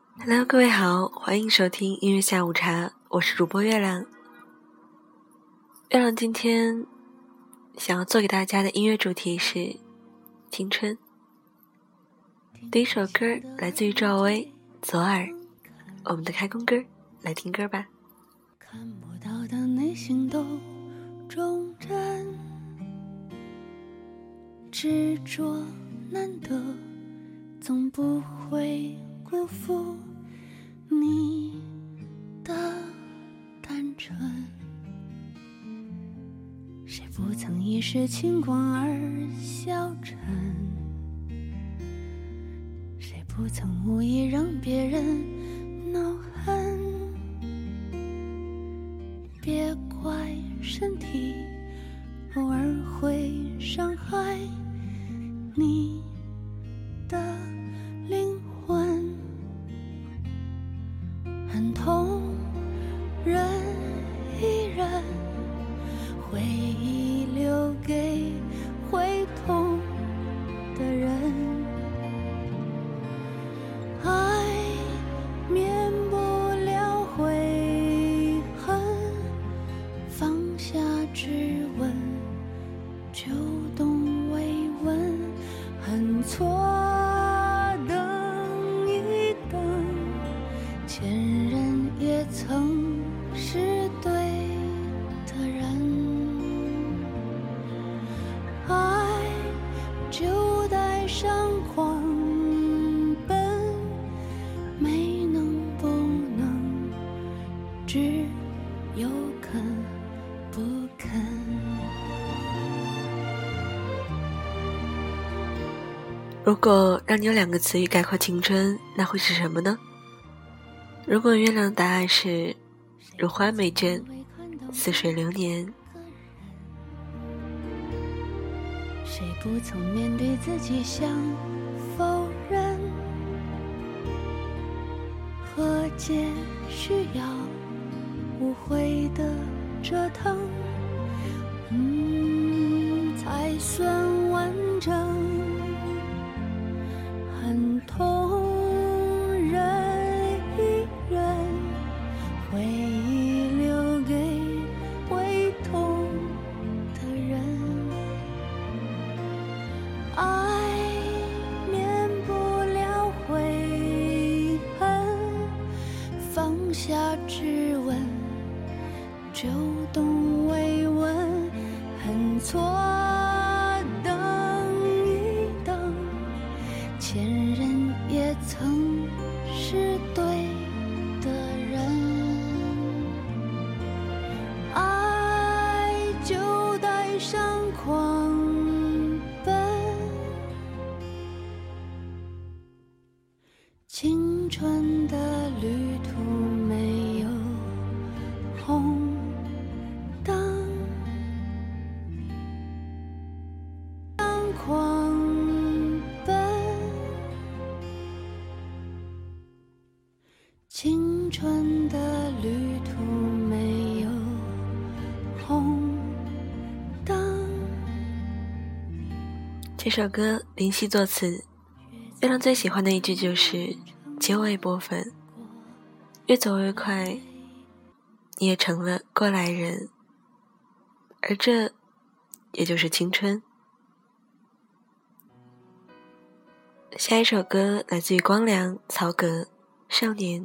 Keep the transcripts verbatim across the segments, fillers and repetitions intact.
Hello， 各位好，欢迎收听音乐下午茶，我是主播月亮。月亮今天想要做给大家的音乐主题是青春。第一首歌来自于赵薇，左耳，我们的开工歌，来听歌吧。 看不到的内心都忠贞，执着难得，总不会辜负你的单纯。谁不曾一时轻狂而消沉？谁不曾无意让别人恼恨？别怪身体偶尔会伤害你的灵魂，很痛忍一忍，回忆留给会痛的人。爱免不了悔恨，放下质问，就懂慰问，很错等一等，前任也曾是对的人。爱就带上狂奔，没能不能，只有肯不肯。 如果让你有两个词语概括青春，那会是什么呢？如果月亮的答案是如花美眷，似水流年。 谁不曾面对自己想否认？和解需要无悔的折腾，嗯，才算完整。很痛忍一忍，回忆留给会痛的人。爱免不了悔恨，放下质问，就懂慰问，很错等一等，前任也曾是对的人。爱就带上狂奔，青春的旅途没有红灯，狂奔，青春的旅途没有红灯。 这首歌林夕作词，月亮最喜欢的一句就是结尾部分，越走越快，你也成了过来人，而这也就是青春。下一首歌来自于光良、曹格，少年。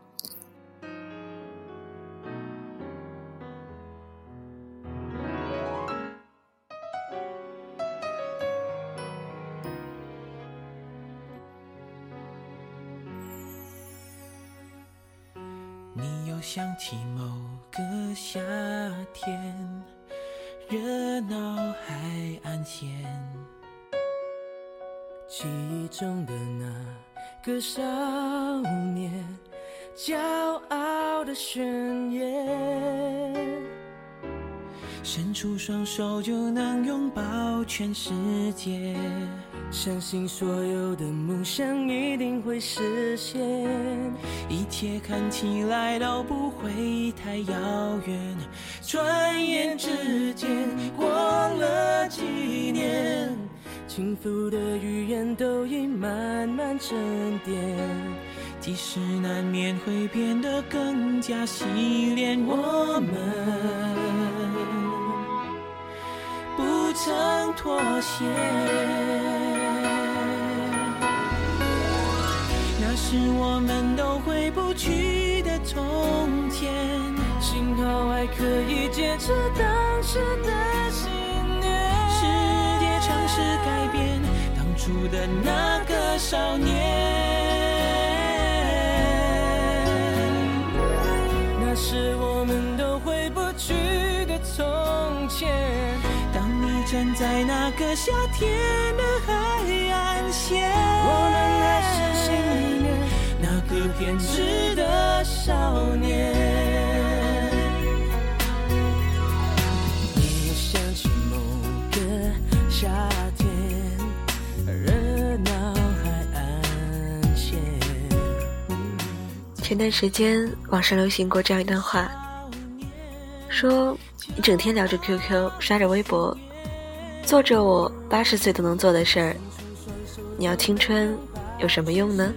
你又想起某个夏天，热闹海岸线，记忆中的那个少年，骄傲的宣言，伸出双手就能拥抱全世界，相信所有的梦想一定会实现，一切看起来都不会太遥远，转眼之间过了几年， 轻浮的语言都已慢慢沉淀，即使难免会变得更加洗练，我们不曾妥协。那是我们都回不去的从前，幸好还可以坚持当时的信念。世界尝试改变当初的那个少年，那是我们都回不去的从前。当你站在那个夏天的海岸线，我们还是心里面那个偏执的少年。你想起某个夏天，热闹海岸线。 前段时间网上流行过这样一段话，说你整天聊着 Q Q 刷着微博，做着我八十岁都能做的事儿，你要青春有什么用呢？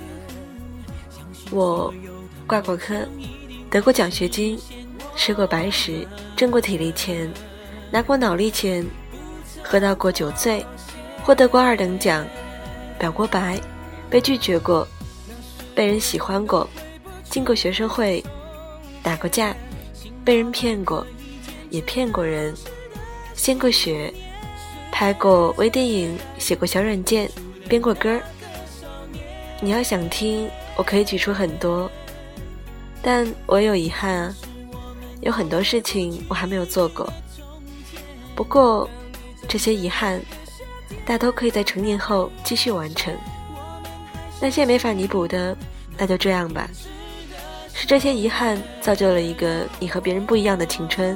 我挂过科，得过奖学金，吃过白食，挣过体力钱，拿过脑力钱，喝到过酒醉，获得过二等奖，表过白，被拒绝过，被人喜欢过，进过学生会，打过架，被人骗过，也骗过人，掀过雪，拍过微电影，写过小软件，编过歌。你要想听，我可以举出很多，但我有遗憾啊，有很多事情我还没有做过。不过这些遗憾大都可以在成年后继续完成，那些没法弥补的，那就这样吧。是这些遗憾造就了一个你和别人不一样的青春。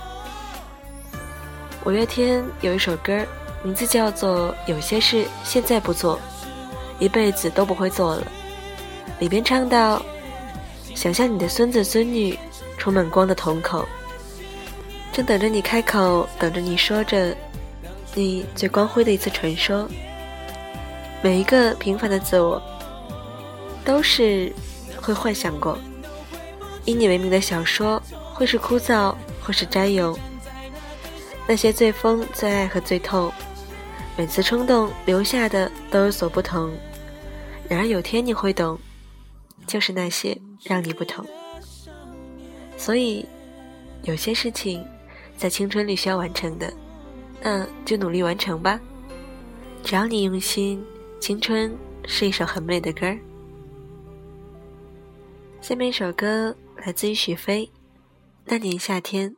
五月天有一首歌，名字叫做《有些事现在不做，一辈子都不会做了》，里边唱到，想象你的孙子孙女充满光的瞳孔，正等着你开口，等着你说着你最光辉的一次传说。每一个平凡的自我都是会幻想过，以你为名的小说会是枯燥，会是摘油，那些最疯最爱和最痛，每次冲动留下的都有所不同。然而有天你会懂，就是那些让你不同。所以有些事情在青春里需要完成的，那就努力完成吧。只要你用心，青春是一首很美的歌。下面一首歌来自于许飞，那年夏天。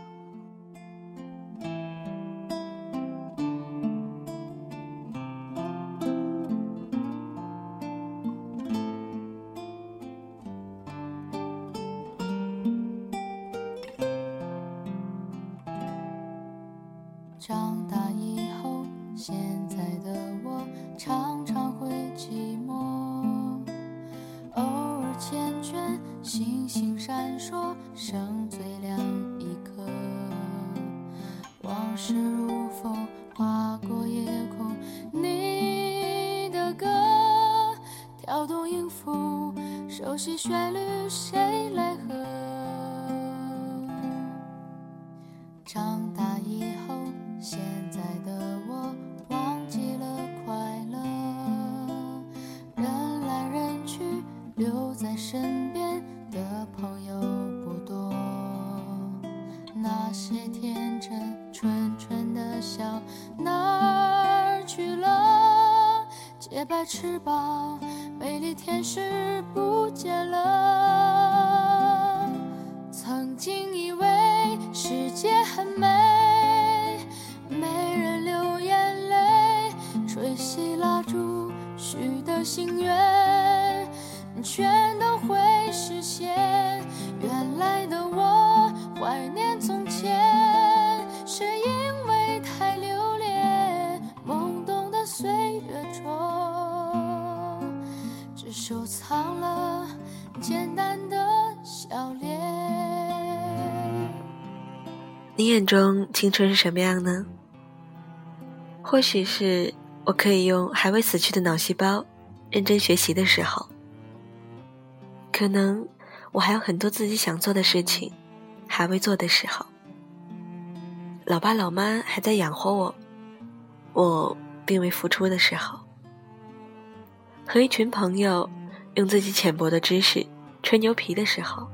长大以后，现在的我常常会寂寞，偶尔缱绻，星星闪烁，剩最亮一颗。往事如风划过夜空，你的歌跳动音符，熟悉旋律，谁来和？长大以后，现在的我忘记了快乐，人来人去，留在身边的朋友不多。那些天真纯纯的笑哪儿去了？洁白翅膀，美丽天使不见了。曾经以为世界很美，没人流眼泪，吹熄蜡烛许的心愿，全都会实现。原来的我怀念从前，是因为太留恋懵懂的岁月中，只收藏了简单的笑脸。 你眼中青春是什么样呢？ 或许是我可以用还未死去的脑细胞认真学习的时候，可能我还有很多自己想做的事情还未做的时候，老爸老妈还在养活我，我并未付出的时候，和一群朋友用自己浅薄的知识吹牛皮的时候，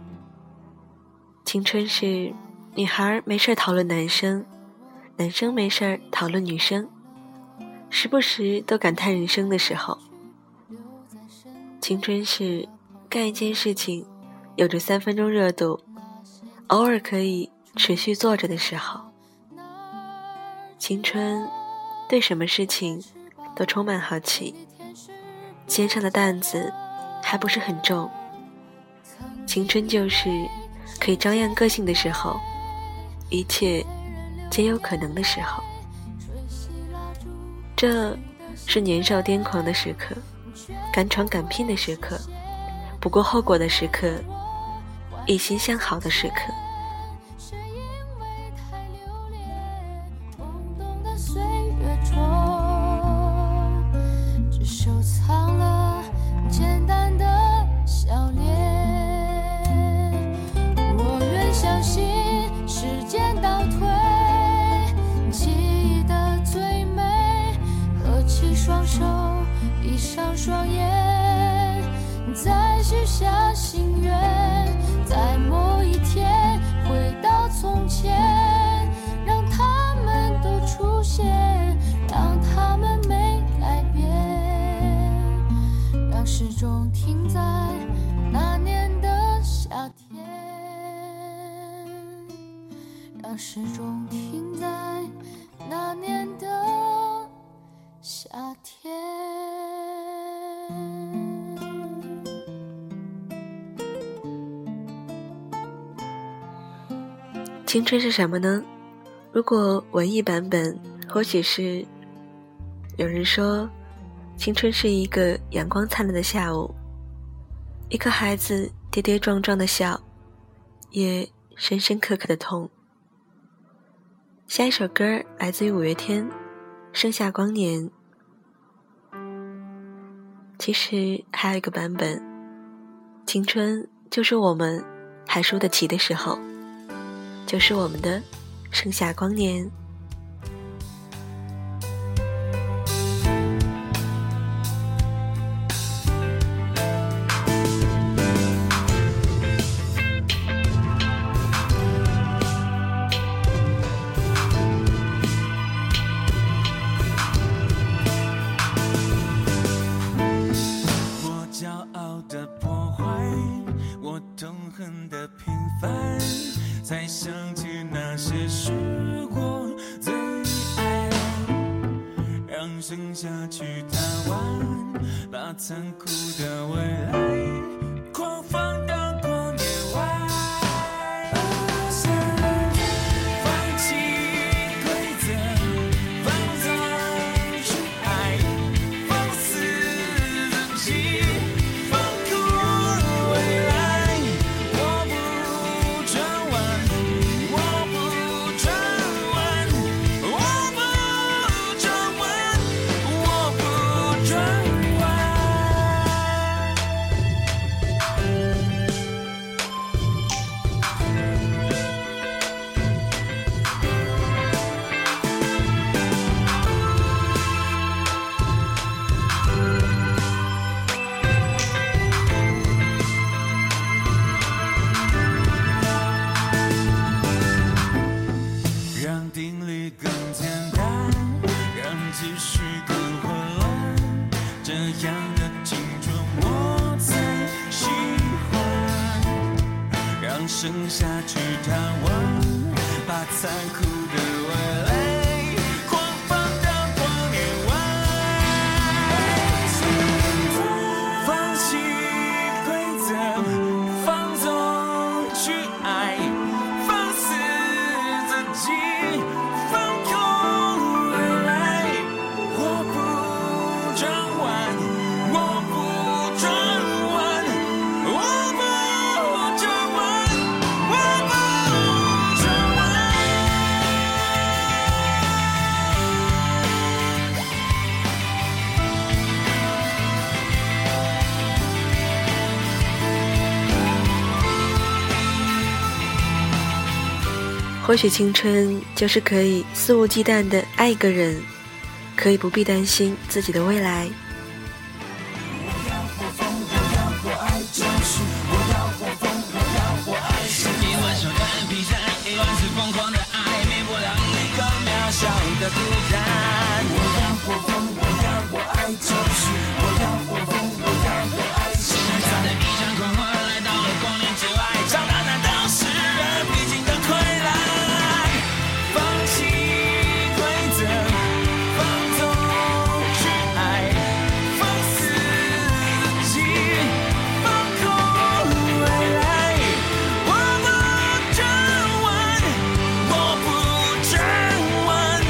青春是女孩没事讨论男生，男生没事讨论女生，时不时都感叹人生的时候，青春是干一件事情有着三分钟热度，偶尔可以持续做着的时候，青春对什么事情都充满好奇，肩上的担子还不是很重，青春就是可以张扬个性的时候，一切皆有可能的时候，这是年少癫狂的时刻，敢闯敢拼的时刻，不顾后果的时刻，一心向好的时刻。 是因为太留恋懵懂的岁月中，只收藏了简单的笑脸。我愿相信时间倒退，记忆的最美，合起双手，闭上双眼，再许下心愿，在某一天回到从前，让他们都出现，让他们没改变，让时钟停在那年的夏天，让时钟停在那年的夏天。 青春是什么呢？如果文艺版本，或许是有人说青春是一个阳光灿烂的下午，一个孩子跌跌撞撞的笑，也深深刻刻的痛。下一首歌来自于五月天，盛夏光年。其实还有一个版本，青春就是我们还输得起的时候，就是我们的盛夏光年。 我骄傲的破坏，我痛恨的平凡，才想起那些时过最爱，让剩下去贪玩，把残酷的未来狂放到光年外。放弃规则，放纵去爱，放肆自己，放酷未来。我不转弯，我不转弯，我不转弯，我不转弯。让定律更简单，让秩序更混乱，这样的青春我最喜欢。让剩下去贪玩，把残酷的未来狂放到光年外。放弃规则，放纵去爱，放肆自己，放空未来。我不转弯，我不转弯，我不转弯，我不转弯。 或许青春就是可以肆无忌惮地爱一个人，可以不必担心自己的未来。 的孤单，我要我疯，我要我爱，就是我要我疯，我要我爱。现在在一场狂欢，来到了光年之外，长大难道是人必经的溃烂？放弃规则，放纵去爱，放肆自己，放空未来。我不转弯，我不转弯。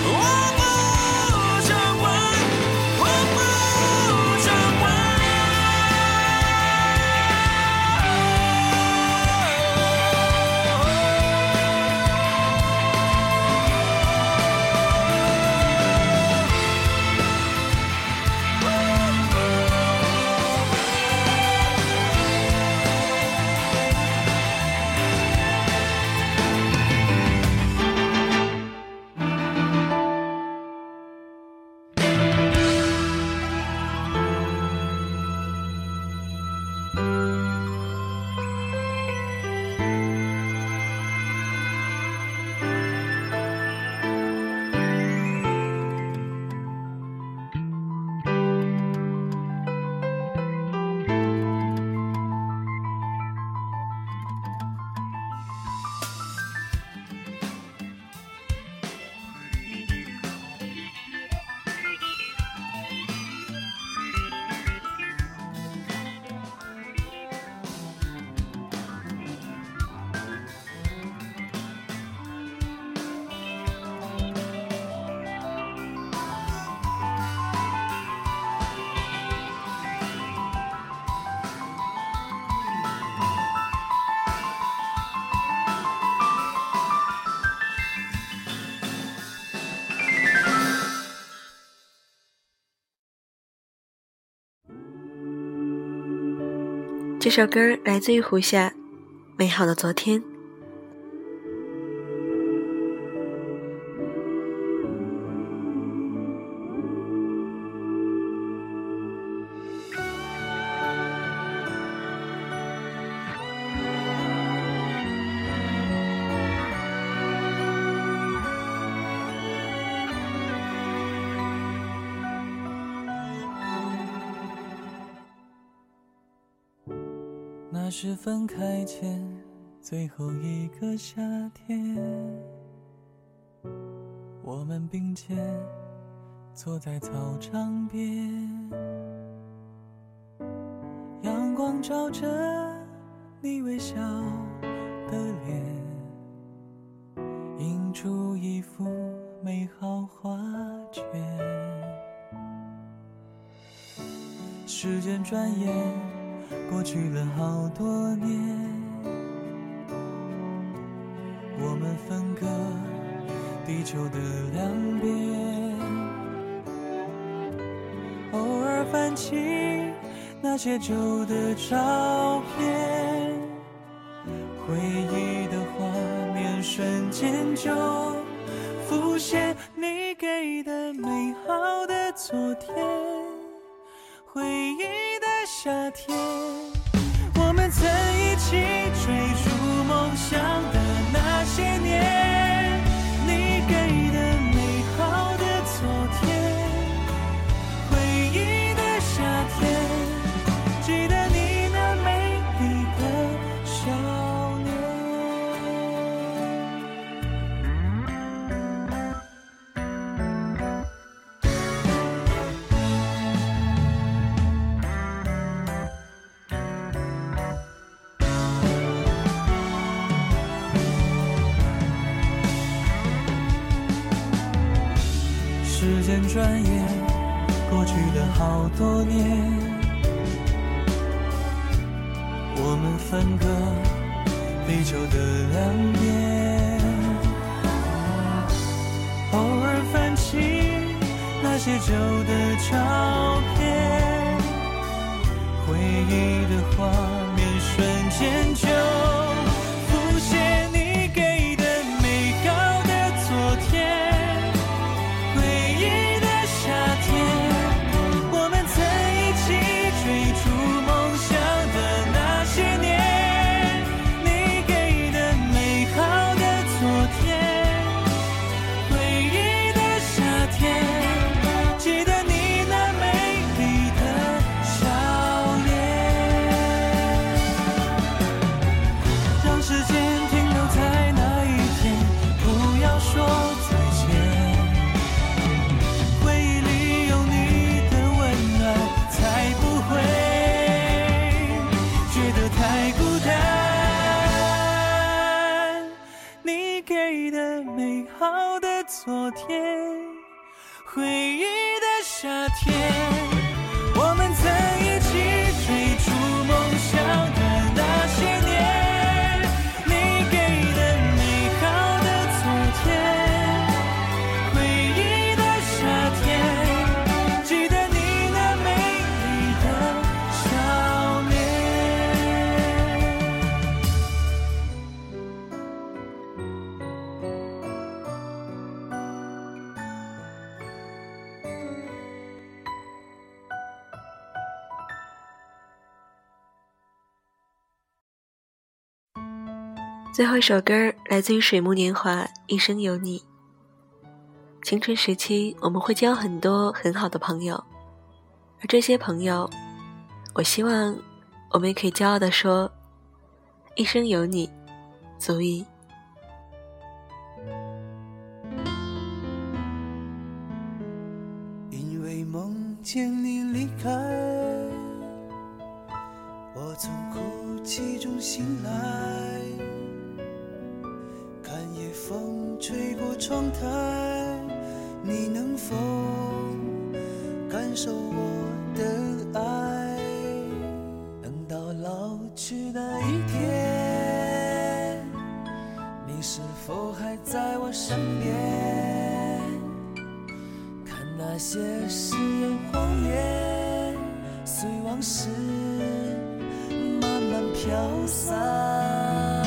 这首歌来自于胡夏，《美好的昨天》。 那是分开前最后一个夏天，我们并肩坐在操场边，阳光照着你微笑的脸，映出一幅美好画卷。时间转眼过去了好多年，我们分隔地球的两边，偶尔翻起那些旧的照片，回忆的画面瞬间就浮现，你给的美好的昨天，回忆的夏天，我们曾一起追逐梦想的那些年，你给的美好的昨天，回忆的夏天，记得你那美丽的少年。时间转眼过去了好多年，我们分隔地球的两边，偶尔翻起那些旧的照片，回忆的画面瞬间就浮现，你给的美回忆的夏天，我们曾一起追逐梦想的那些年，你给的美好的昨天，回忆的夏天，记得你那美丽的少年。 最后一首歌来自于水木年华，一生有你。青春时期我们会交很多很好的朋友，而这些朋友，我希望我们也可以骄傲地说，一生有你足矣。 因为梦见你离开，我从哭泣中醒来，看夜风吹过窗台，你能否感受我的爱？等到老去那一天，你是否还在我身边？看那些誓言谎言，随往事慢慢飘散。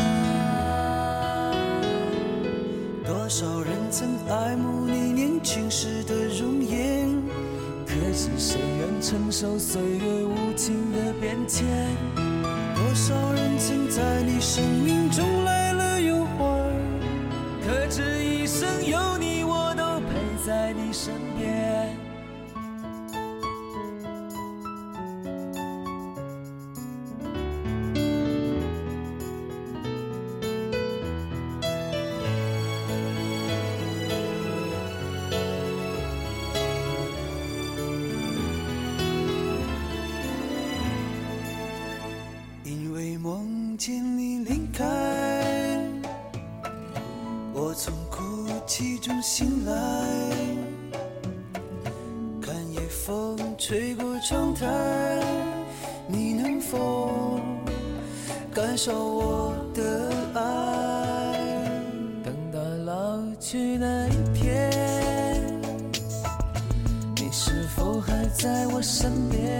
多少人曾爱慕你年轻时的容颜，可是谁愿承受岁月无情的变迁？多少人曾在你生命中来了又还，可这一生有你，我都陪在你身边。梦见你离开，我从哭泣中醒来，看夜风吹过窗台，你能否感受我的爱？等到老去那一天，你是否还在我身边？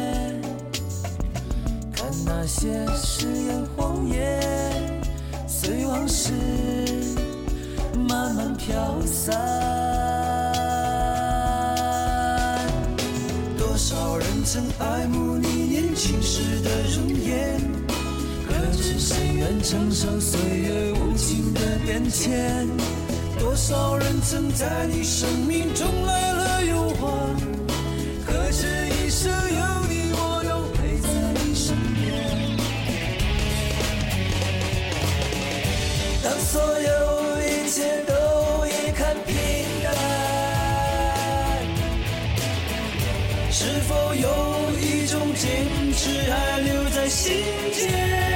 那些誓言谎言，随往事慢慢飘散。多少人曾爱慕你年轻时的容颜，可知谁愿承受岁月无情的变迁？多少人曾在你生命中来了又还，可知一生有你，我都陪在你身边。当所有一切都已看平淡，是否有一种坚持还留在心间？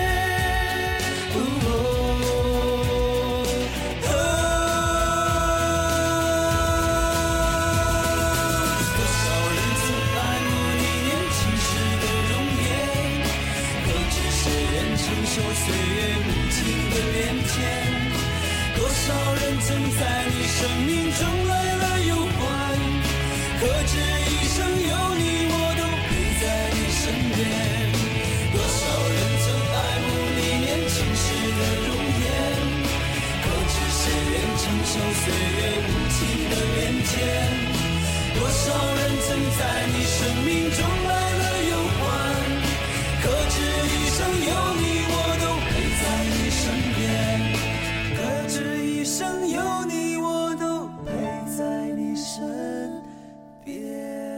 受岁月无情的变迁，多少人曾在你生命中来了又还，可知一生有你，我都陪在你身边。多少人曾爱慕你年轻时的容颜，可知谁愿承受岁月无情的变迁？多少人曾在你生命中来了又还，可知一生有你，可知一生有你，我都陪在你身边。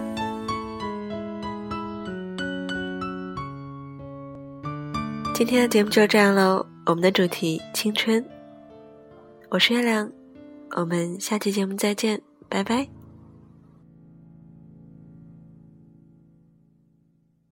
今天的节目就这样喽，我们的主题青春，我是月亮，我们下期节目再见，拜拜。